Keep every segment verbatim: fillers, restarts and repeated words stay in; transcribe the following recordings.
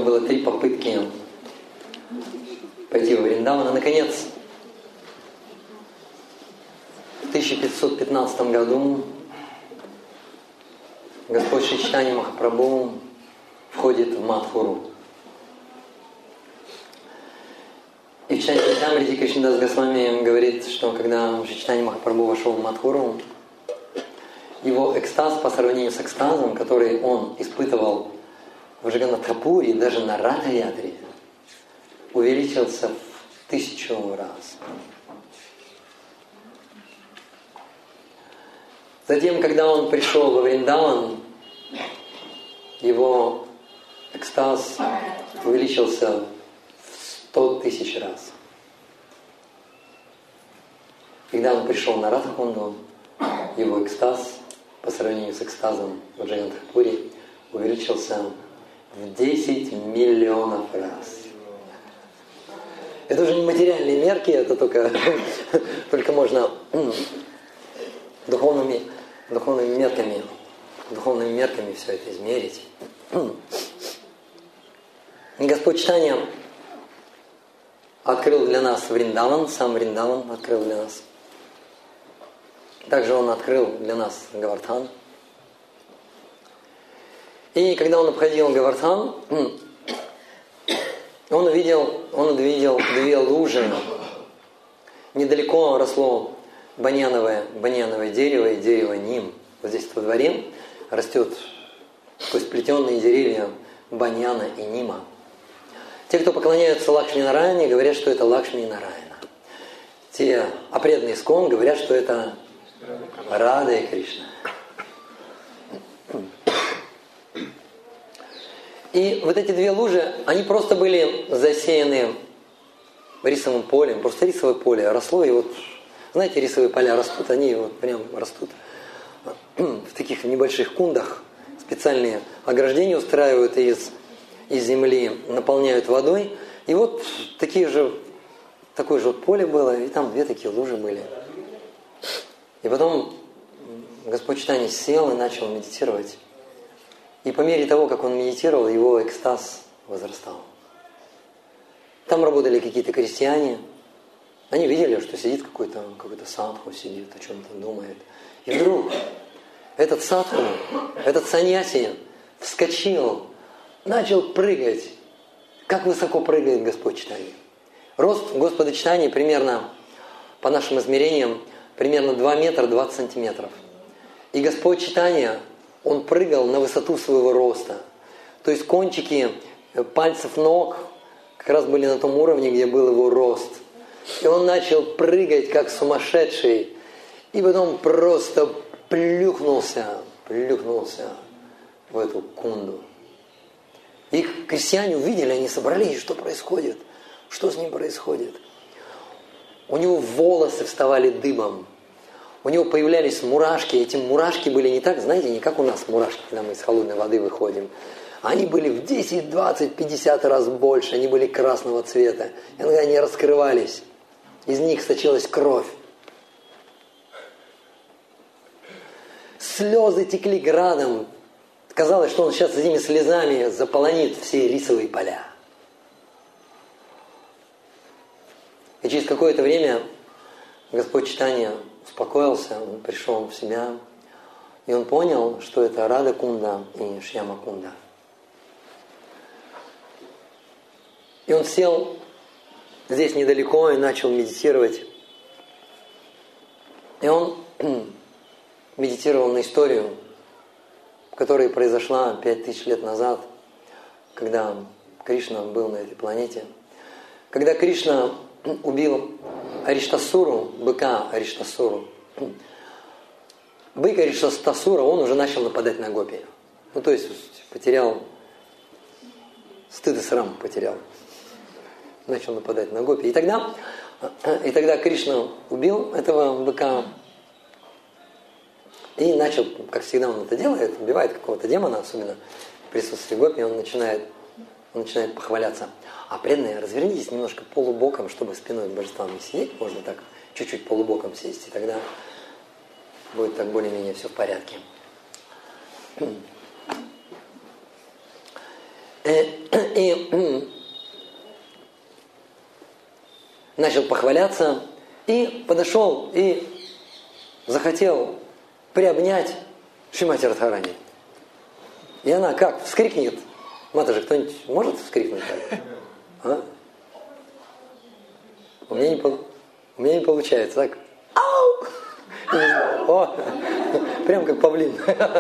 него было три попытки пойти во Вриндаван. И, наконец, в тысяча пятьсот пятнадцатом году Господь Шри Чайтанья Махапрабху входит в Мадхуру. И в Чайтанья Кришнадас Госвами говорит, что когда Шри Чайтанья Махапрабху вошел в Мадхуру, его экстаз по сравнению с экстазом, который он испытывал в Джаганнатхапуре, даже на Радха-ятре, увеличился в тысячу раз. Затем, когда он пришел во Вриндаван, его экстаз увеличился в сто тысяч раз. Когда он пришел на Радхакунду, его экстаз по сравнению с экстазом в Джаганнатхапуре увеличился в десять миллионов раз. Это уже не материальные мерки, это только, только можно духовными, духовными мерками, духовными мерками все это измерить. И Господь Чайтанья открыл для нас Вриндаван, сам Вриндаван открыл для нас. Также Он открыл для нас Гавардхан. И когда Он обходил Гавардхан, он увидел, он увидел две лужи. Недалеко росло баньяновое, баньяновое дерево и дерево ним. Вот здесь во дворе растет, то есть сплетенные деревья баньяна и нима. Те, кто поклоняются Лакшми Нараяне, говорят, что это Лакшми Нараяна. Те опреданные искон говорят, что это Рада и Кришна. И вот эти две лужи, они просто были засеяны рисовым полем, просто рисовое поле росло, и вот, знаете, рисовые поля растут, они вот прям растут в таких небольших кундах, специальные ограждения устраивают из, из земли, наполняют водой, и вот такие же, такое же вот поле было, и там две такие лужи были. И потом Господь Чайтанья сел и начал медитировать. И по мере того, как он медитировал, его экстаз возрастал. Там работали какие-то крестьяне. Они видели, что сидит какой-то какой-то садху, сидит, о чем-то думает. И вдруг этот садху, этот саньяси вскочил, начал прыгать. Как высоко прыгает Господь Чайтанья. Рост Господа Чайтаньи примерно, по нашим измерениям, примерно два метра двадцать сантиметров. И Господь Чайтанья, он прыгал на высоту своего роста. То есть кончики пальцев ног как раз были на том уровне, где был его рост. И он начал прыгать как сумасшедший. И потом просто плюхнулся, плюхнулся в эту кунду. Их крестьяне увидели, они собрались, что происходит? Что с ним происходит? У него волосы вставали дыбом. У него появлялись мурашки. Эти мурашки были не так, знаете, не как у нас мурашки, когда мы из холодной воды выходим. Они были в десять, двадцать, пятьдесят раз больше. Они были красного цвета. Иногда они раскрывались. Из них сочилась кровь. Слезы текли градом. Казалось, что он сейчас этими слезами заполонит все рисовые поля. И через какое-то время Господь Чайтанья успокоился, он пришел в себя, и он понял, что это Рада Кунда и Шьяма Кунда. И он сел здесь недалеко и начал медитировать. И он медитировал на историю, которая произошла пять тысяч лет назад, когда Кришна был на этой планете. Когда Кришна убил Ариштасуру, быка Ариштасуру. Бык Ариштасура, он уже начал нападать на гопи. Ну, то есть потерял, стыд и срам потерял. Начал нападать на гопи. И тогда, и тогда Кришна убил этого быка и начал, как всегда он это делает, убивает какого-то демона, особенно в присутствии гопи, он начинает, он начинает похваляться. А преданные, развернитесь немножко полубоком, чтобы спиной к божествам не сидеть. Можно так чуть-чуть полубоком сесть, и тогда будет так более-менее все в порядке. и начал похваляться, и подошел и захотел приобнять Шримати Радхарани. И она как? Вскрикнет. Матаджи, кто-нибудь может вскрикнуть так? А? У меня не, пол... У меня не получается, так? Ау! О! Прям как павлин.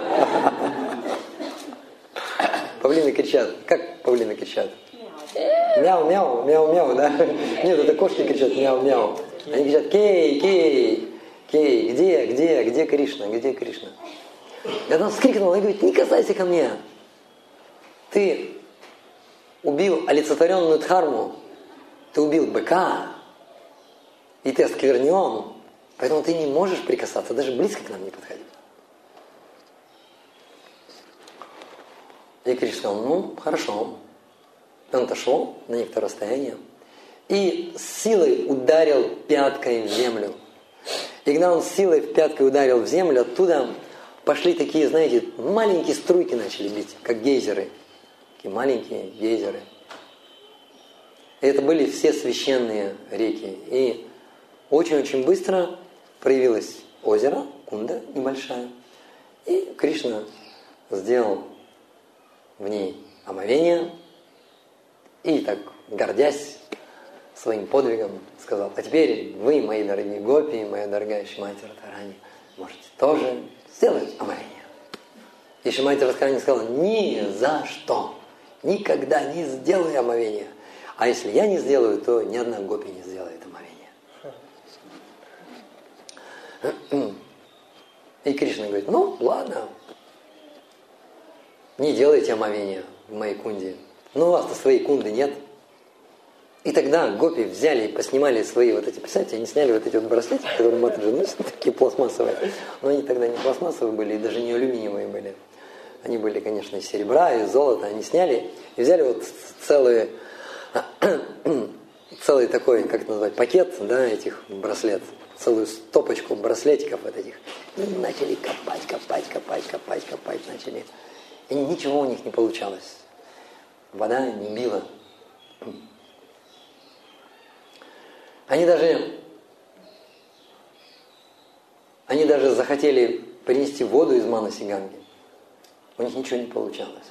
Павлины кричат. Как павлины кричат? Мяу-мяу, мяу-мяу, да? Нет, это кошки кричат мяу-мяу. Они кричат кей, кей, кей, где, где, где Кришна, где Кришна? И она вскрикнула и говорит, не касайся ко мне. Ты убил олицетворенную дхарму, ты убил быка, и ты осквернен, поэтому ты не можешь прикасаться, даже близко к нам не подходи. И Кришна сказал, ну, хорошо. Он отошел на некоторое расстояние и с силой ударил пяткой в землю. И когда он с силой в пяткой ударил в землю, оттуда пошли такие, знаете, маленькие струйки начали бить, как гейзеры. Такие маленькие гейзеры. И это были все священные реки. И очень-очень быстро проявилось озеро, кунда небольшая. И Кришна сделал в ней омовение. И так, гордясь своим подвигом, сказал, а теперь вы, мои дорогие гопи, моя дорогая Шримати Радхарани, можете тоже сделать омовение. И Шримати Радхарани сказала, ни за что, никогда не сделаю омовение. А если я не сделаю, то ни одна гопи не сделает омовение. И Кришна говорит, ну ладно, не делайте омовение в моей кунде. Но у вас-то своей кунды нет. И тогда гопи взяли и поснимали свои вот эти, представьте, они сняли вот эти вот браслеты, которые Матаджи носят, такие пластмассовые. Но они тогда не пластмассовые были, и даже не алюминиевые были. Они были, конечно, из серебра, из золота. Они сняли и взяли вот целый, целый такой, как это назвать, пакет, да, этих браслет, целую стопочку браслетиков вот этих. И начали копать, копать, копать, копать, копать начали. И ничего у них не получалось. Вода не била. Они даже, они даже захотели принести воду из Манаси Ганги. У них ничего не получалось.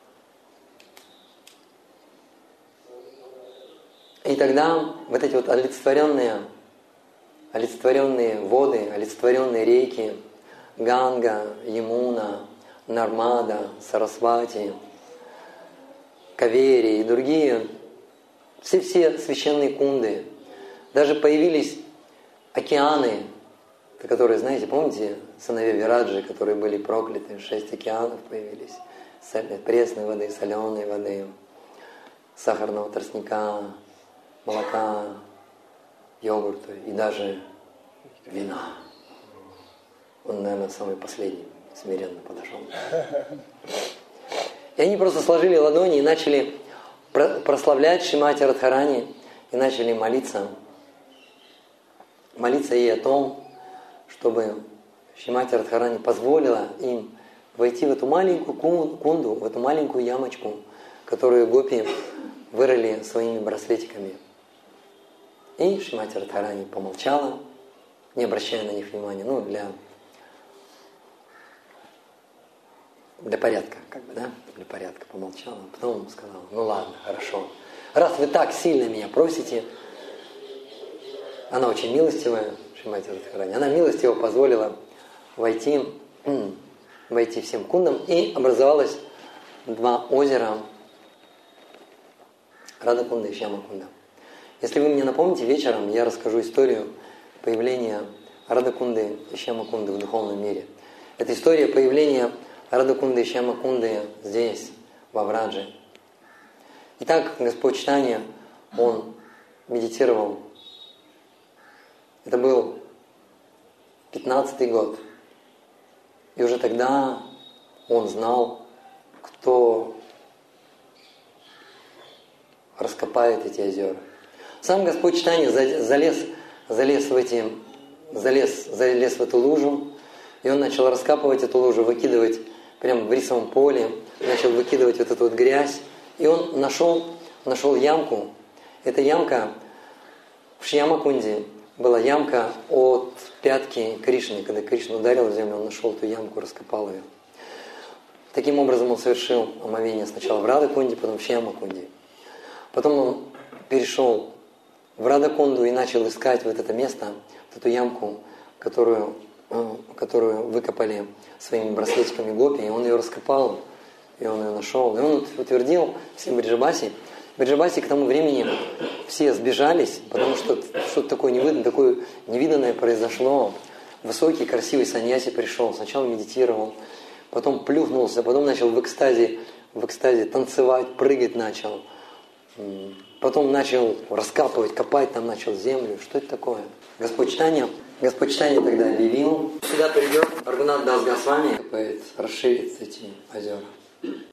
И тогда вот эти вот олицетворенные, олицетворенные воды, олицетворенные реки, Ганга, Ямуна, Нармада, Сарасвати, Кавери и другие, все-все священные кунды, даже появились океаны, которые, знаете, помните, сыновья Вираджи, которые были прокляты, шесть океанов появились, пресной воды, соленой воды, сахарного тростника, молока, йогурта и даже вина. Он, наверное, самый последний смиренно подошел. И они просто сложили ладони и начали прославлять Шримати Радхарани и начали молиться. Молиться ей о том, чтобы Шримати Радхарани позволила им войти в эту маленькую кунду, в эту маленькую ямочку, которую гопи вырыли своими браслетиками. И Шримати Радхарани помолчала, не обращая на них внимания, ну, для... Для порядка, как бы, да? Для порядка помолчала, а потом сказала, ну ладно, хорошо. Раз вы так сильно меня просите, она очень милостивая, Шримати Радхарани, она милостиво позволила войти, войти всем кундам, и образовалось два озера, Радакунда и Шьямакунда. Если вы мне напомните, вечером я расскажу историю появления Радакунды и Шьямакунды в духовном мире. Это история появления Радакунды и Шьямакунды здесь, во Врадже. Итак, Господь Чайтанья, он медитировал. Это был пятнадцатый год. И уже тогда он знал, кто раскопает эти озера. Сам Господь Чайтанья залез, залез в эти, залез, залез в эту лужу, и он начал раскапывать эту лужу, выкидывать прямо в рисовом поле, начал выкидывать вот эту вот грязь И он нашел, нашел ямку. Эта ямка в Шьямакунде была ямка от пятки Кришны. Когда Кришна ударил в землю, он нашел эту ямку, раскопал ее. Таким образом он совершил омовение сначала в Радакунде, потом в Шьямакунде. Потом он перешел в Радакунду и начал искать вот это место, вот эту ямку, которую, которую выкопали своими браслетиками гопи, и он ее раскопал, и он ее нашел. И он утвердил всем Бриджабаси. Бриджабаси к тому времени все сбежались, потому что что-то такое невиданное, такое невиданное произошло. Высокий, красивый саньяси пришел, сначала медитировал, потом плюхнулся, потом начал в экстазе, в экстазе танцевать, прыгать начал. Потом начал раскапывать, копать, там начал землю. Что это такое? Господь Чайтанья, Господь Чайтанья тогда объявил, сюда придет Рагунат Дас Госвами, расширит эти озера.